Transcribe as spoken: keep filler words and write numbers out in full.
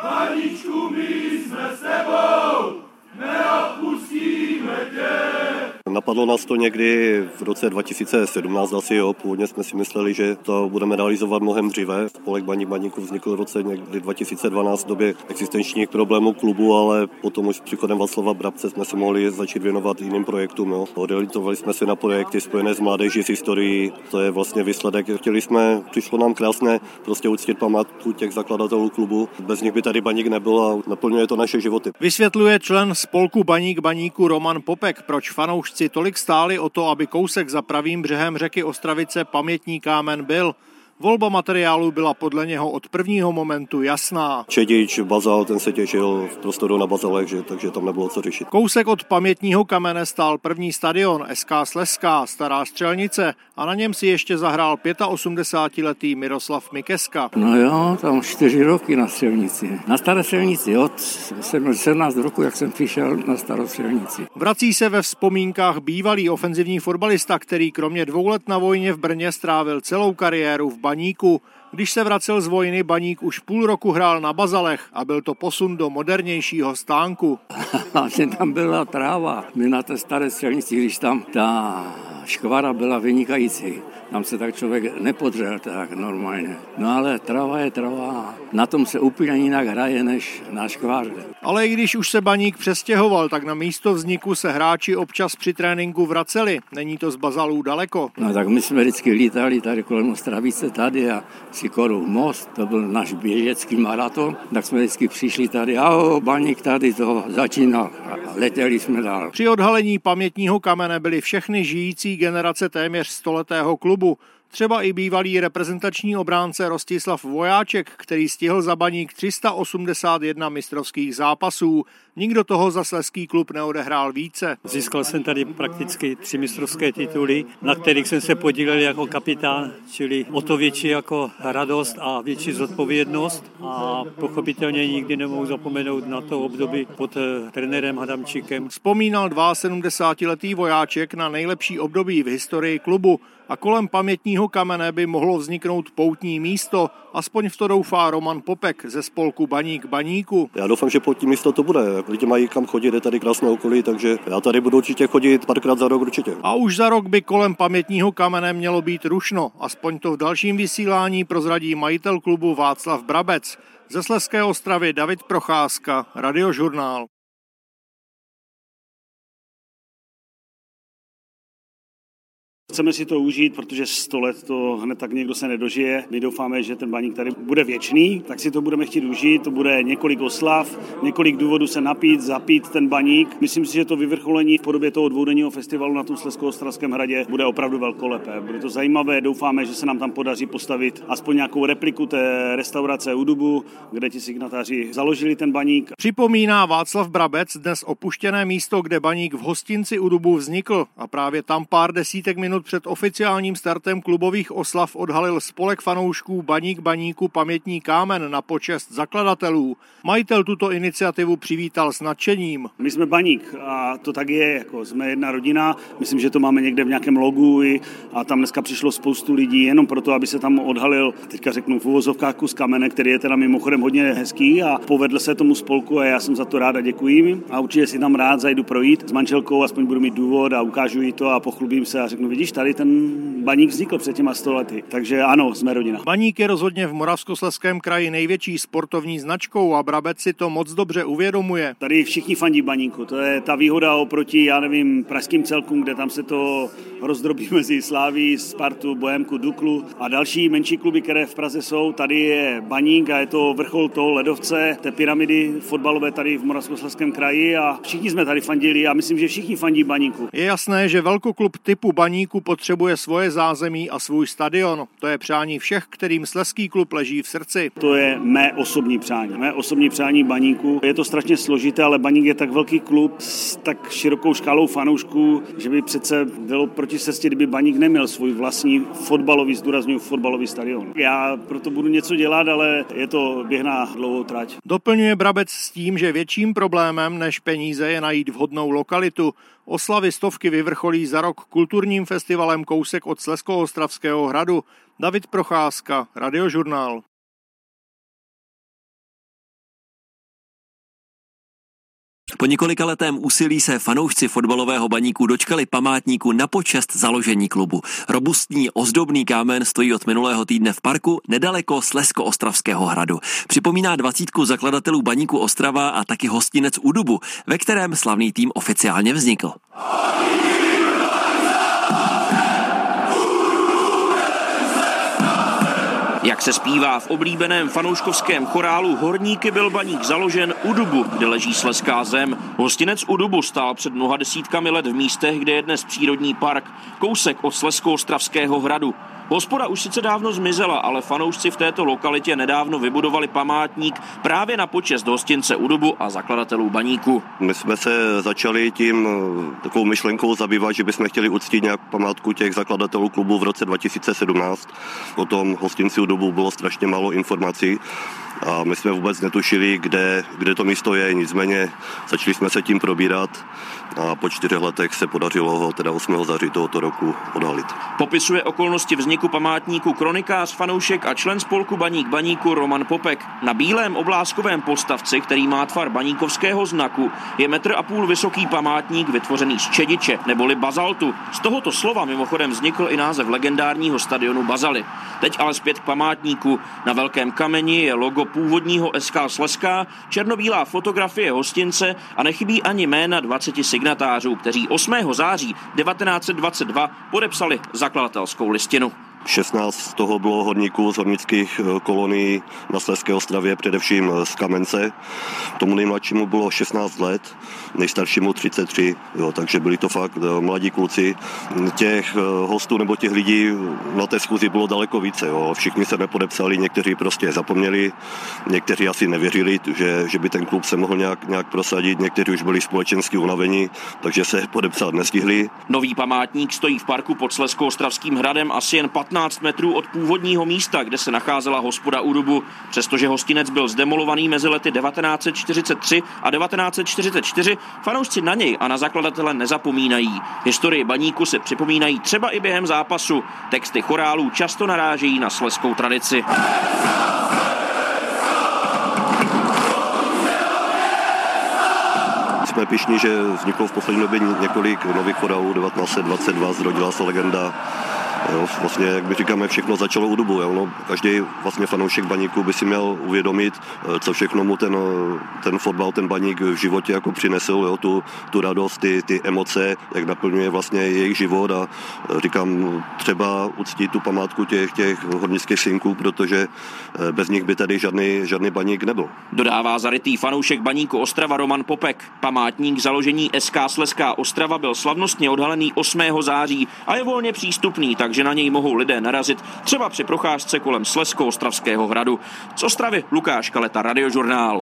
Baníčku, my jsme s tebou, neopustíme tě. Napadlo nás to někdy v roce dva tisíce sedmnáct asi, jo. Původně jsme si mysleli, že to budeme realizovat mnohem dříve. Spolek Baník Baníku vznikl v roce někdy dva tisíce dvanáct v době existenčních problémů klubu, ale potom už s příchodem Václava Brabce jsme se mohli začít věnovat jiným projektům. Jo. Orientovali jsme se na projekty spojené s mládeží, s historií. To je vlastně výsledek. Chtěli jsme, přišlo nám krásné prostě uctít památku těch zakladatelů klubu. Bez nich by tady Baník nebyl a naplňuje to naše životy. Vysvětluje člen spolku Baník Baníku Roman Popek, proč fanoušci tolik stáli o to, aby kousek za pravým břehem řeky Ostravice pamětní kámen byl. Volba materiálu byla podle něho od prvního momentu jasná. Čedič, bazál, ten se těšil v prostoru na bazalech, že, takže tam nebylo co řešit. Kousek od pamětního kamene stál první stadion S K Slezská, Stará Střelnice, a na něm si ještě zahrál osmdesátiletý Miroslav Mikeska. No jo, tam čtyři roky na Střelnici. Na Staré Střelnici, od sedmnáct roku, jak jsem přišel na Starou Střelnici. Vrací se ve vzpomínkách bývalý ofenzivní fotbalista, který kromě dvou let na vojně v Brně strávil celou kariéru v Baníku. Když se vracel z vojny, Baník už půl roku hrál na bazalech a byl to posun do modernějšího stánku. Že tam byla tráva. My na té Staré Střelnici, když tam ta škvara byla vynikající. Tam se tak člověk nepodřel tak normálně. No ale trava je trava. Na tom se úplně jinak hraje než na škváře. Ale i když už se Baník přestěhoval, tak na místo vzniku se hráči občas při tréninku vraceli. Není to z bazalů daleko. No tak my jsme vždycky lítali tady kolem Ostravice tady a Sikorův most, to byl náš běžecký maraton. Tak jsme vždycky přišli tady a o, Baník tady to začínal a letěli jsme dál. Při odhalení pamětního kamene byly všechny žijící generace téměř stoletého klubu. Třeba i bývalý reprezentační obránce Rostislav Vojáček, který stihl za Baník tři sta osmdesát jedna mistrovských zápasů. Nikdo toho za slezský klub neodehrál více. Získal jsem tady prakticky tři mistrovské tituly, na kterých jsem se podílel jako kapitán, čili o to větší jako radost a větší zodpovědnost. A pochopitelně nikdy nemohu zapomenout na to období pod trenérem Adamčíkem. Vzpomínal sedmdesátiletý Vojáček na nejlepší období v historii klubu a kolem pamětního kamene by mohlo vzniknout poutní místo, aspoň v to doufá Roman Popek ze spolku Baník Baníku. Já doufám, že poutní místo to bude. Lidi mají kam chodit, je tady krásné okolí, takže já tady budu určitě chodit párkrát za rok určitě. A už za rok by kolem pamětního kamene mělo být rušno, aspoň to v dalším vysílání prozradí majitel klubu Václav Brabec. Ze Slezské Ostravy David Procházka, Radiožurnál. Chceme si to užít, protože sto let to hned tak někdo se nedožije. My doufáme, že ten Baník tady bude věčný, tak si to budeme chtít užít. To bude několik oslav, několik důvodů se napít, zapít ten Baník. Myslím si, že to vyvrcholení v podobě toho dvoudenního festivalu na tom Slezsko-Ostravském hradě bude opravdu velkolepé. Bude to zajímavé, doufáme, že se nám tam podaří postavit aspoň nějakou repliku té restaurace u Dubu, kde ti signatáři založili ten Baník. Připomíná Václav Brabec dnes opuštěné místo, kde Baník v hostinci u Dubu vznikl, a právě tam pár desítek minut před oficiálním startem klubových oslav odhalil spolek fanoušků Baník Baníku pamětní kámen na počest zakladatelů. Majitel tuto iniciativu přivítal s nadšením. My jsme Baník a to tak je, jako jsme jedna rodina. Myslím, že to máme někde v nějakém logu a tam dneska přišlo spoustu lidí jenom proto, aby se tam odhalil, teďka řeknu v uvozovkách, kus kamene, který je teda mimochodem hodně hezký a povedl se tomu spolku a já jsem za to rád a děkuji. A určitě si tam rád zajdu projít s manželkou, aspoň budu mít důvod a ukážu jí to a pochlubím se a řeknu, vidíš, tady ten Baník vznikl před těma sto lety. Takže ano, jsme rodina. Baník je rozhodně v Moravskoslezském kraji největší sportovní značkou a Brabec si to moc dobře uvědomuje. Tady všichni fandí Baníku. To je ta výhoda oproti, já nevím, pražským celkům, kde tam se to rozdrobí mezi Sláví, Spartu, Bohemku, Duklu a další menší kluby, které v Praze jsou. Tady je Baník a je to vrchol toho ledovce, té pyramidy fotbalové tady v Moravskoslezském kraji a všichni jsme tady fandili a myslím, že všichni fandí Baníku. Je jasné, že velkoklub typu Baníku potřebuje svoje zázemí a svůj stadion. To je přání všech, kterým slezský klub leží v srdci. To je mé osobní přání. Mé osobní přání Baníku. Je to strašně složité, ale Baník je tak velký klub s tak širokou škálou fanoušků, že by přece bylo proti cestě, kdyby Baník neměl svůj vlastní fotbalový, zdůrazňuji fotbalový stadion. Já proto budu něco dělat, ale je to běh na dlouhou trať. Doplňuje Brabec s tím, že větším problémem než peníze je najít vhodnou lokalitu. Oslavy stovky vyvrcholí za rok kulturním festivalem kousek od Slezsko-Ostravského hradu. David Procházka, Radiožurnál. Po několikaletém úsilí se fanoušci fotbalového Baníku dočkali památníku na počest založení klubu. Robustní ozdobný kámen stojí od minulého týdne v parku nedaleko Slezsko-Ostravského hradu. Připomíná dvacítku zakladatelů Baníku Ostrava a taky hostinec u Dubu, ve kterém slavný tým oficiálně vznikl. Jak se zpívá v oblíbeném fanouškovském chorálu, Horníky byl Baník založen u Dubu, kde leží slezská zem. Hostinec u Dubu stál před mnoha desítkami let v místech, kde je dnes přírodní park, kousek od Slezsko-Ostravského hradu. Hospoda už sice dávno zmizela, ale fanoušci v této lokalitě nedávno vybudovali památník právě na počest hostince u Dubu a zakladatelů Baníku. My jsme se začali tím takovou myšlenkou zabývat, že bychom chtěli uctít nějak památku těch zakladatelů klubu v roce dva tisíce sedmnáct. O tom hostinci u Dubu bylo strašně málo informací a my jsme vůbec netušili, kde, kde to místo je. Nicméně začali jsme se tím probírat a po čtyřech letech se podařilo ho teda osmého září tohoto roku odhalit. Popisuje okolnosti vzniku památníku kronikář, fanoušek a člen spolku Baník Baníku Roman Popek. Na bílém obláskovém postavci, který má tvar baníkovského znaku, je metr a půl vysoký památník vytvořený z čediče neboli bazaltu. Z tohoto slova mimochodem vznikl i název legendárního stadionu Bazaly. Teď ale zpět k památníku. Na velkém kameni je logo původního S K Slezská, černobílá fotografie hostince a nechybí ani jména dvaceti signatářů, kteří osmého září devatenáct set dvacet dva podepsali zakladatelskou listinu. šestnáct z toho bylo horníků z hornických kolonií na Slezské Ostravě, především z Kamence. Tomu nejmladšímu bylo šestnáct let, nejstaršímu třicet tři, jo, takže byli to fakt mladí kluci. Těch hostů nebo těch lidí na té schůzi bylo daleko více. Jo. Všichni se nepodepsali, někteří prostě zapomněli, někteří asi nevěřili, že, že by ten klub se mohl nějak, nějak prosadit, někteří už byli společensky unavení, takže se podepsat nestihli. Nový památník stojí v parku pod Slezsko-Ostravským hradem asi jen patnáct metrů od původního místa, kde se nacházela hospoda u Dubu. Přestože hostinec byl zdemolovaný mezi lety devatenáct set čtyřicet tři a devatenáct set čtyřicet čtyři, fanoušci na něj a na zakladatele nezapomínají. Historii Baníku se připomínají třeba i během zápasu. Texty chorálů často narážejí na slezskou tradici. Jsme pyšní, že vzniklo v poslední době několik nových chorálů. devatenáct set dvacet dva zrodila se legenda. Jo, vlastně, jak my říkáme, všechno začalo u Dubu. Jo. No, každý vlastně fanoušek Baníku by si měl uvědomit, co všechno mu ten, ten fotbal, ten Baník v životě jako přinesl, jo, tu, tu radost, ty, ty emoce, jak naplňuje vlastně jejich život a říkám, třeba uctít tu památku těch, těch hornických synků, protože bez nich by tady žádný, žádný Baník nebyl. Dodává zarytý fanoušek Baníku Ostrava Roman Popek. Památník založení S K Slezská Ostrava byl slavnostně odhalený osmého září a je volně přístupný, takže na něj mohou lidé narazit třeba při procházce kolem Slezsko-Ostravského hradu. Z Ostravy Lukáš Kaleta, Radiožurnál.